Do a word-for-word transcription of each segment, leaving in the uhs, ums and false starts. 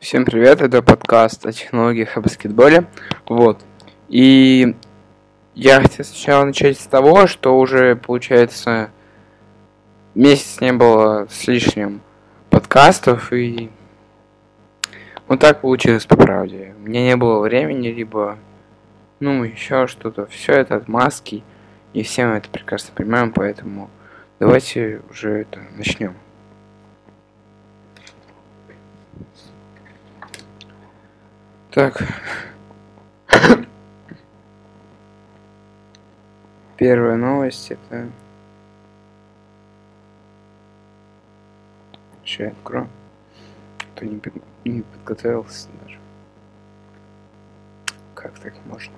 Всем привет, это подкаст о технологиях и баскетболе. Вот. И я хотел сначала начать с того, что уже, получается, месяц не было с лишним подкастов, и вот так получилось, по правде. У меня не было времени, либо, ну, еще что-то. Все это отмазки, и все мы это прекрасно понимаем, поэтому давайте уже это начнем. Так. Первая новость это... Сейчас я открою. То не, не подготовился даже. Как так можно?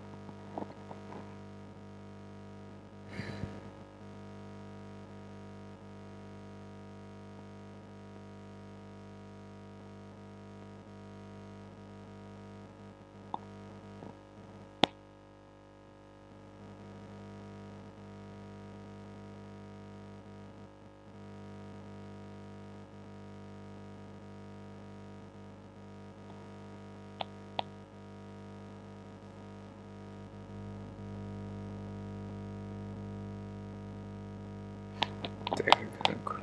Так, так.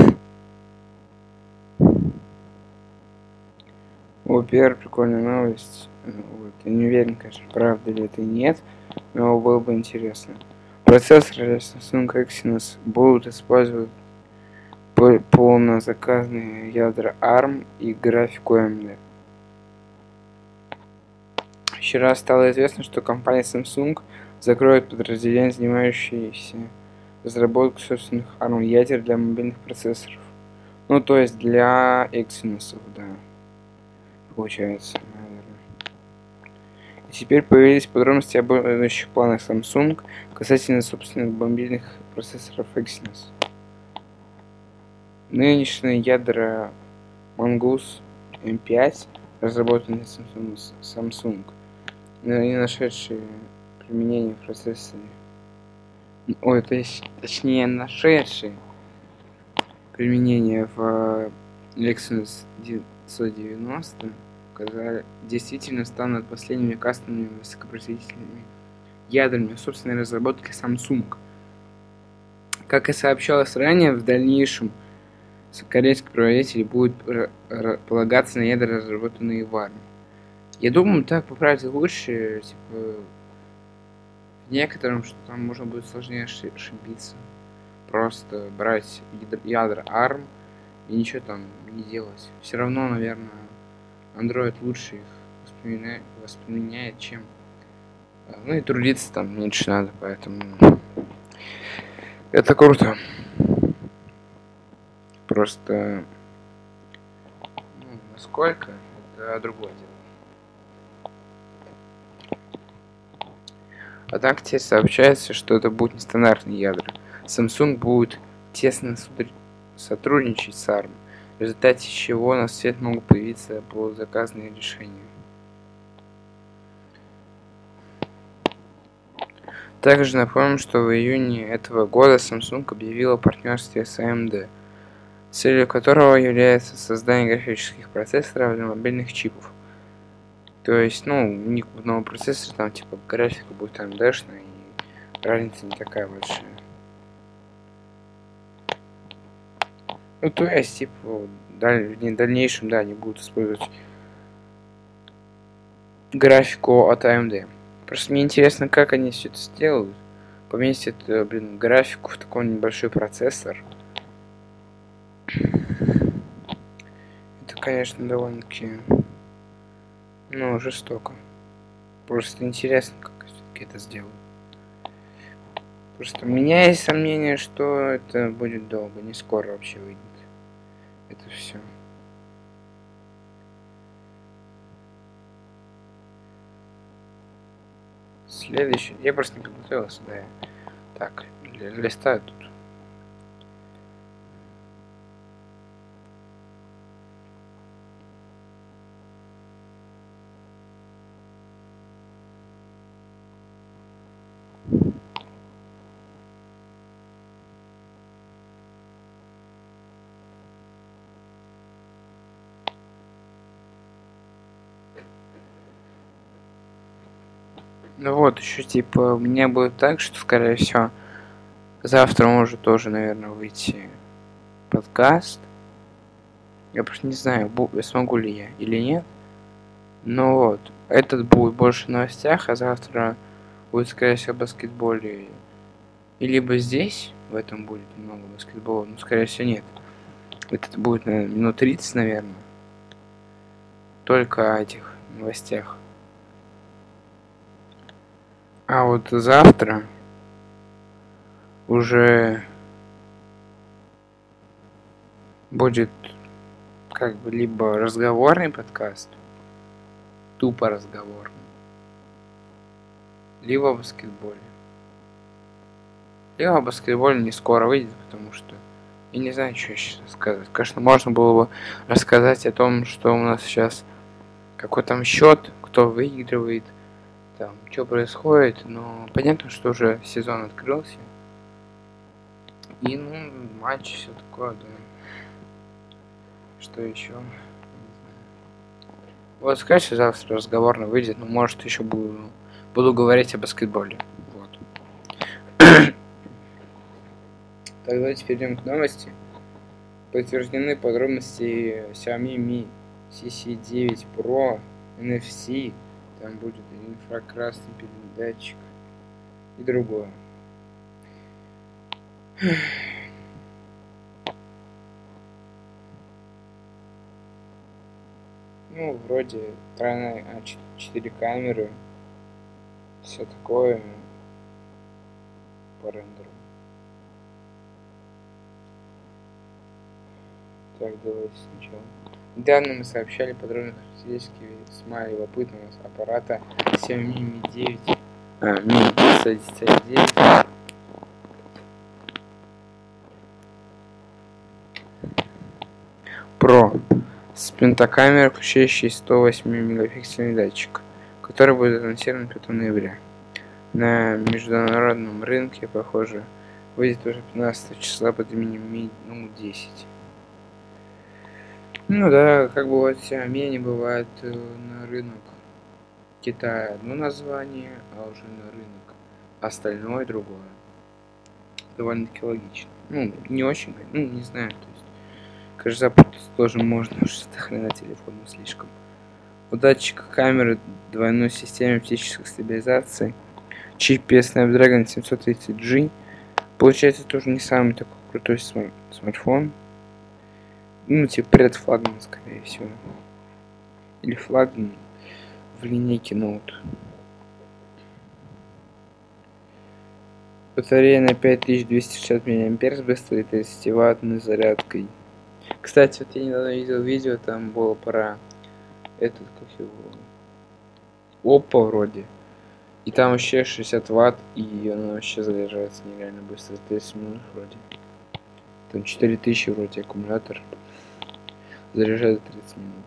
Во-первых, прикольная новость. Вот. Я не уверен, конечно, правда ли это и нет, но было бы интересно. Процессоры Samsung Exynos будут использовать полнозаказные ядра арм и графику эй эм ди. Вчера стало известно, что компания Samsung закроет подразделение, занимающееся разработкой собственных арм ядер для мобильных процессоров. Ну, то есть для Exynos, да. Получается, наверное. И теперь появились подробности об будущих планах Samsung касательно собственных мобильных процессоров Exynos. Нынешние ядра Mongoose эм пять, разработанные Samsung, Samsung, не нашедшие применение в процессоре. Ой, то есть, точнее, нашедшие применение в Exynos девятьсот девяносто, когда действительно станут последними кастомными высокопроизводительными ядрами собственной разработки Samsung. Как и сообщалось ранее, в дальнейшем корейский производитель будет полагаться на ядра, разработанные в арм. Я думаю, так, по правде, лучше, типа, в некотором, что там можно будет сложнее ошибиться. Просто брать ядра арм и ничего там не делать. Все равно, наверное, Android лучше их воспринимает, воспринимает, чем... Ну и трудиться там меньше надо, поэтому... Это круто. Просто... Ну, насколько? Это другое дело. А так теперь сообщается, что это будут нестандартные ядра. Samsung будет тесно сотрудничать с арм, в результате чего на свет могут появиться полузаказные решения. Также напомним, что в июне этого года Samsung объявила о партнерстве с эй эм ди, целью которого является создание графических процессоров для мобильных чипов. То есть, ну, у них новый процессор, там типа графика будет эй эм ди-шная, и разница не такая большая. Ну, то есть, типа, в дальнейшем, да, они будут использовать графику от эй эм ди. Просто мне интересно, как они все это сделают. Поместят, блин, графику в такой небольшой процессор. Это, конечно, довольно-таки, ну, жестоко. Просто интересно, как все-таки это сделают. Просто у меня есть сомнение, что это будет долго, не скоро вообще выйдет. Это все. Следующий. Я просто не подготовился, да. Так, листаю тут. Ну вот, еще типа, у меня будет так, что, скорее всего, завтра может тоже, наверное, выйти подкаст. Я просто не знаю, бу- смогу ли я или нет. Но вот, этот будет больше в новостях, а завтра будет, скорее всего, о баскетболе. И либо здесь, в этом будет много баскетбола, но, скорее всего, нет. Это будет, наверное, минут тридцать, наверное. Только о этих новостях. А вот завтра уже будет как бы либо разговорный подкаст, тупо разговорный, либо о баскетболе. Либо о баскетболе не скоро выйдет, потому что я не знаю, что сейчас рассказать. Конечно, можно было бы рассказать о том, что у нас сейчас, какой там счет, кто выигрывает, там, что происходит, но понятно, что уже сезон открылся. И, ну, матч, все такое, да. Что еще? Вот, скажите, завтра разговорно выйдет, но может еще буду, буду говорить о баскетболе. Вот. Так, давайте перейдем к новости. Подтверждены подробности Xiaomi Mi си си девять Pro эн эф си. Там будет инфракрасный передатчик и другое. Ну, вроде тройная а четыре камеры, все такое по рендеру. Так, давайте сначала. Недавно мы сообщали подробные характеристики весьма любопытного аппарата Xiaomi Mi девять, а, Mi си девять Pro с пентакамерой, включающей сто восемь мегапиксельный датчик, который будет анонсирован пятого ноября. На международном рынке, похоже, выйдет уже пятнадцатого числа под именем Mi Note десять. Ну да, как бы вот Xiaomi не бывает на рынок Китая одно название, а уже на рынок остальное другое. Довольно-таки логично. Ну, не очень, ну, не знаю, то есть, кажется, запутаться тоже можно, что-то хрена телефону слишком. У датчика камеры двойной системы оптической стабилизации, чипе Snapdragon семьсот тридцать джи. Получается, тоже не самый такой крутой смар- смартфон. Ну, типа предфлагман, скорее всего. Или флагман в линейке Note. Батарея на пять тысяч двести шестьдесят миллиампер с быстрой тридцативаттной зарядкой. Кстати, вот я недавно видел видео, там было про этот, как его, Oppo вроде. И там вообще шестьдесят ватт, и оно вообще заряжается нереально быстро, тридцать минут вроде. Там четыре тысячи вроде аккумулятор. Заряжает тридцать минут.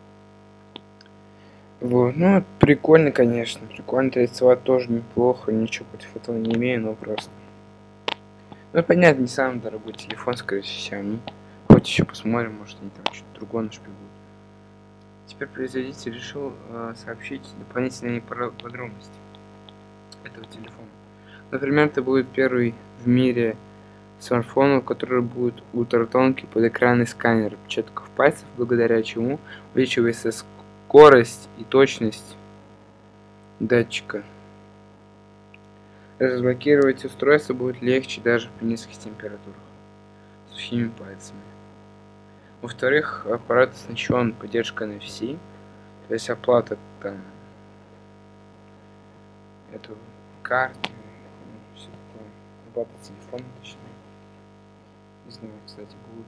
Вот, ну, прикольно, конечно. Прикольно, тридцать ватт тоже неплохо, ничего против этого не имею, но просто. Ну, понятно, не самый дорогой телефон, скорее всего, Xiaomi. Хоть еще посмотрим, может они там что-то другое нашпигуют. Теперь производитель решил э, сообщить дополнительные подробности этого телефона. Например, это будет первый в мире смартфон, у которого будет ультратонкий подэкранный сканер отпечатков пальцев, благодаря чему увеличивается скорость и точность датчика. Разблокировать устройство будет легче даже при низких температурах сухими пальцами. Во-вторых, аппарат оснащен поддержкой эн эф си, то есть оплата там эту карты, все такое, оплата телефона, точнее. Не знаю, кстати, будет.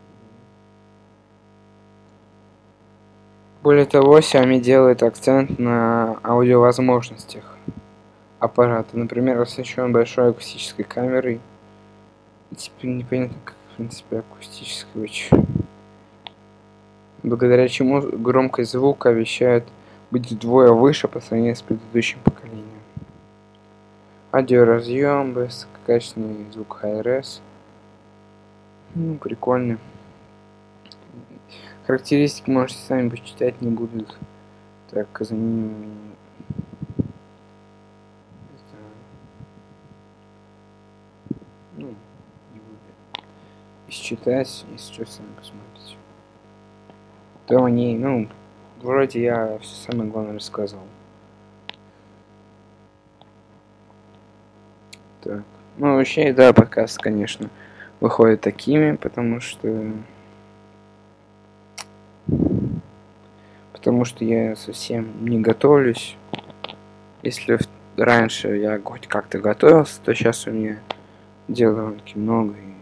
Более того, Xiaomi делает акцент на аудиовозможностях аппарата. Например, оснащен большой акустической камерой. Теперь непонятно, как, в принципе, акустической очень. Благодаря чему громкость звука обещает быть вдвое выше по сравнению с предыдущим поколением. Аудиоразъем, высококачественный звук эйч ар эс. Ну, прикольно. Характеристики можете сами почитать, не будут так за ними. считать, если что, сами посмотрите. То они, ну, вроде я все самое главное рассказал. Так. Ну, вообще, да, подкаст, конечно, выходит такими, потому что... Потому что я совсем не готовлюсь. Если раньше я хоть как-то готовился, то сейчас у меня дел довольно-таки много. И...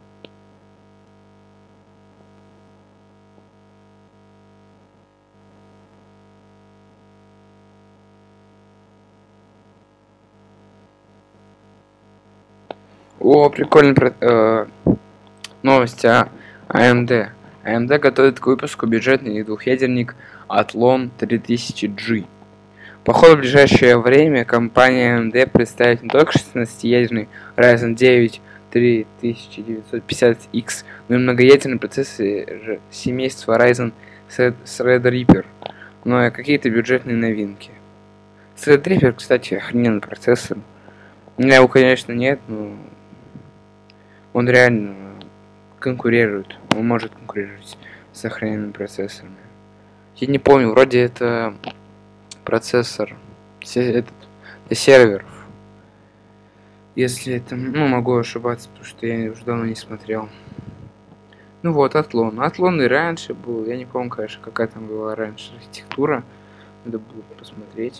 О, прикольно, про... э, новость о эй эм ди. эй эм ди готовит к выпуску бюджетный двухъядерник Athlon три тысячи джи. Походу, в ближайшее время компания эй эм ди представит не только шестнадцатиядерный Ryzen девять три тысячи девятьсот пятьдесят икс, но и многоядерный процессор семейства Ryzen Threadripper, но и какие-то бюджетные новинки. Threadripper, кстати, охрененный процессор. У меня его, конечно, нет, но он реально конкурирует, он может конкурировать с охрененными процессорами. Я не помню, вроде это процессор этот, для серверов. Если это, ну, могу ошибаться, потому что я уже давно не смотрел. Ну вот, Athlon. Athlon и раньше был, я не помню, конечно, какая там была раньше архитектура. Надо будет посмотреть.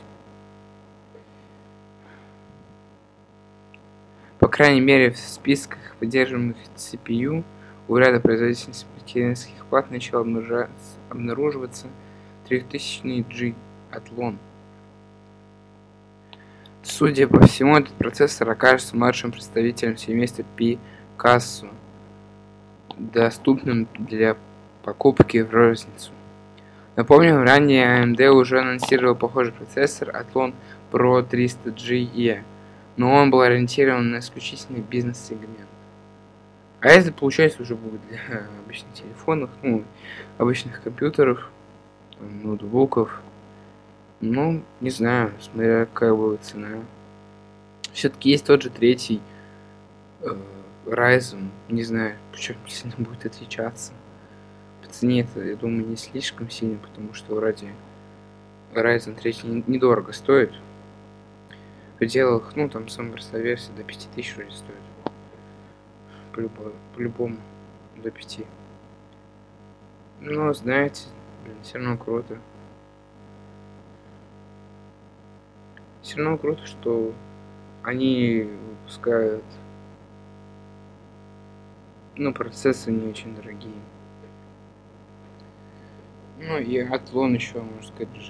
По крайней мере, в списках поддерживаемых си пи ю у ряда производителей материнских плат начал обнаруживаться трехтысячный джи Athlon. Судя по всему, этот процессор окажется младшим представителем семейства Picasso, доступным для покупки в розницу. Напомним, ранее эй эм ди уже анонсировал похожий процессор Athlon Pro триста джи и, но он был ориентирован на исключительный бизнес-сегмент. А это, получается, уже будет для обычных телефонов, ну, обычных компьютеров, ноутбуков. Ну, не знаю, смотря какая будет цена. Все-таки есть тот же третий э, Ryzen. Не знаю, почему сильно будет отличаться. По цене это, я думаю, не слишком сильно, потому что вроде Ryzen три недорого стоит. В пределах, ну, там самая простая версия до пяти тысяч вроде стоит. По-любому, по-любому до пяти. Но, знаете, блин, все равно круто. Все равно круто, что они выпускают, ну, процессы не очень дорогие. Ну и Athlon еще, можно сказать, жив.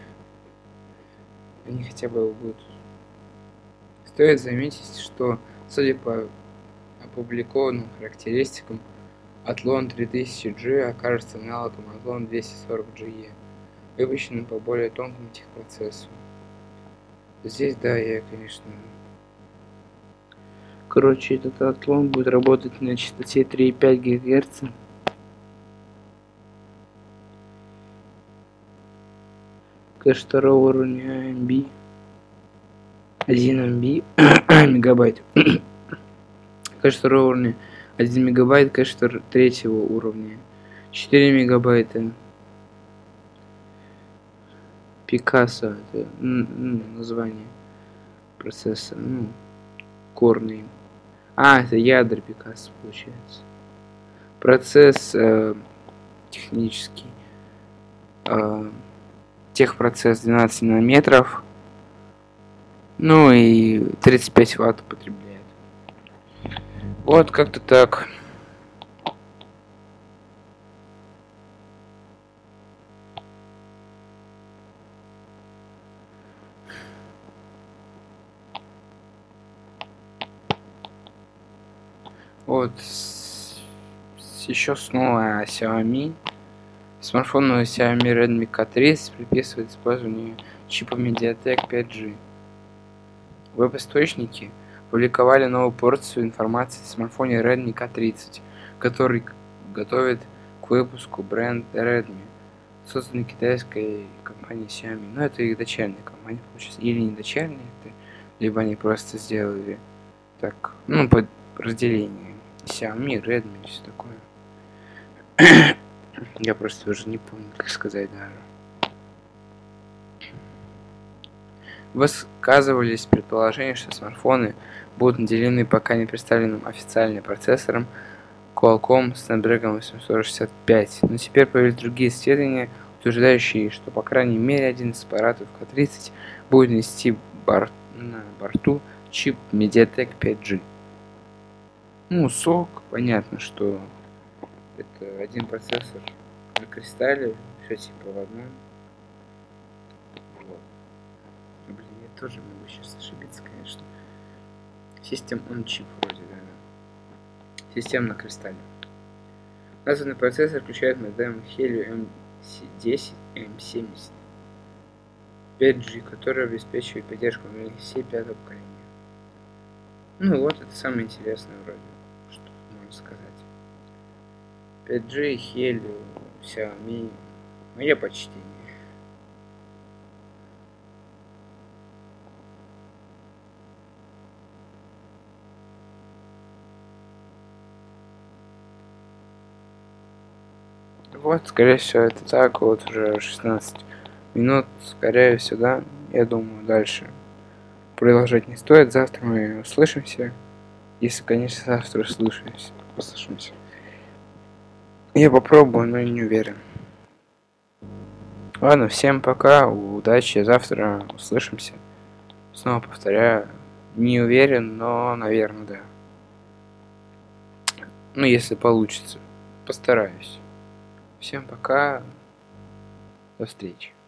Они хотя бы будут. Стоит заметить, что, судя по опубликованным характеристикам, Athlon три тысячи джи окажется аналогом Athlon двести сорок джи и, выпущенным по более тонкому техпроцессу. Здесь, да, я, конечно... Короче, этот Athlon будет работать на частоте три и пять гигагерца. Кэш второго уровня эм би. один эм би мегабайт. Кэш второго уровня один мегабайт, кэш третьего уровня четыре мегабайта. Picasso, это название процессора, ну, корный. А, это ядра Picasso получается. Процесс э, технический. Э, техпроцесс двенадцать нанометров. Ну и тридцать пять ватт потребляет. Вот как-то так. Вот еще снова о Xiaomi. Смартфону Xiaomi Redmi K тридцать приписывает использование чипа Mediatek пять джи. Веб-источники публиковали новую порцию информации о смартфоне Redmi K тридцать, который готовит к выпуску бренд Redmi, созданный китайской компанией Xiaomi. Но это их дочерняя компания, получается. Или не дочерняя, это, либо они просто сделали так, ну, под разделение. Xiaomi, Redmi, все такое. Я просто уже не помню, как сказать даже. Высказывались предположения, что смартфоны будут наделены пока не представленным официальным процессором Qualcomm Snapdragon восемьсот шестьдесят пять, но теперь появились другие сведения, утверждающие, что по крайней мере один из аппаратов К тридцать будет нести бар... на борту чип Mediatek пять джи. Ну, сок, понятно, что это один процессор на кристалле, все типа в одном. Вот. Блин, я тоже могу сейчас ошибиться, конечно. Систем он чип вроде, да. Система на кристалле. Названный процессор включает модем Helio эм десять эм семьдесят пять джи, который обеспечивает поддержку мобильных сетей пятого поколения. Ну вот, это самое интересное вроде, что можно сказать. пять джи, Helio, Xiaomi, мое почтение. Вот, скорее всего, это так. Вот уже шестнадцать минут. Скорее всего, да. Я думаю, дальше продолжать не стоит. Завтра мы услышимся. Если, конечно, завтра услышимся. Послышимся. Я попробую, но не уверен. Ладно, всем пока. Удачи. Завтра услышимся. Снова повторяю. Не уверен, но, наверное, да. Ну, если получится. Постараюсь. Всем пока. До встречи.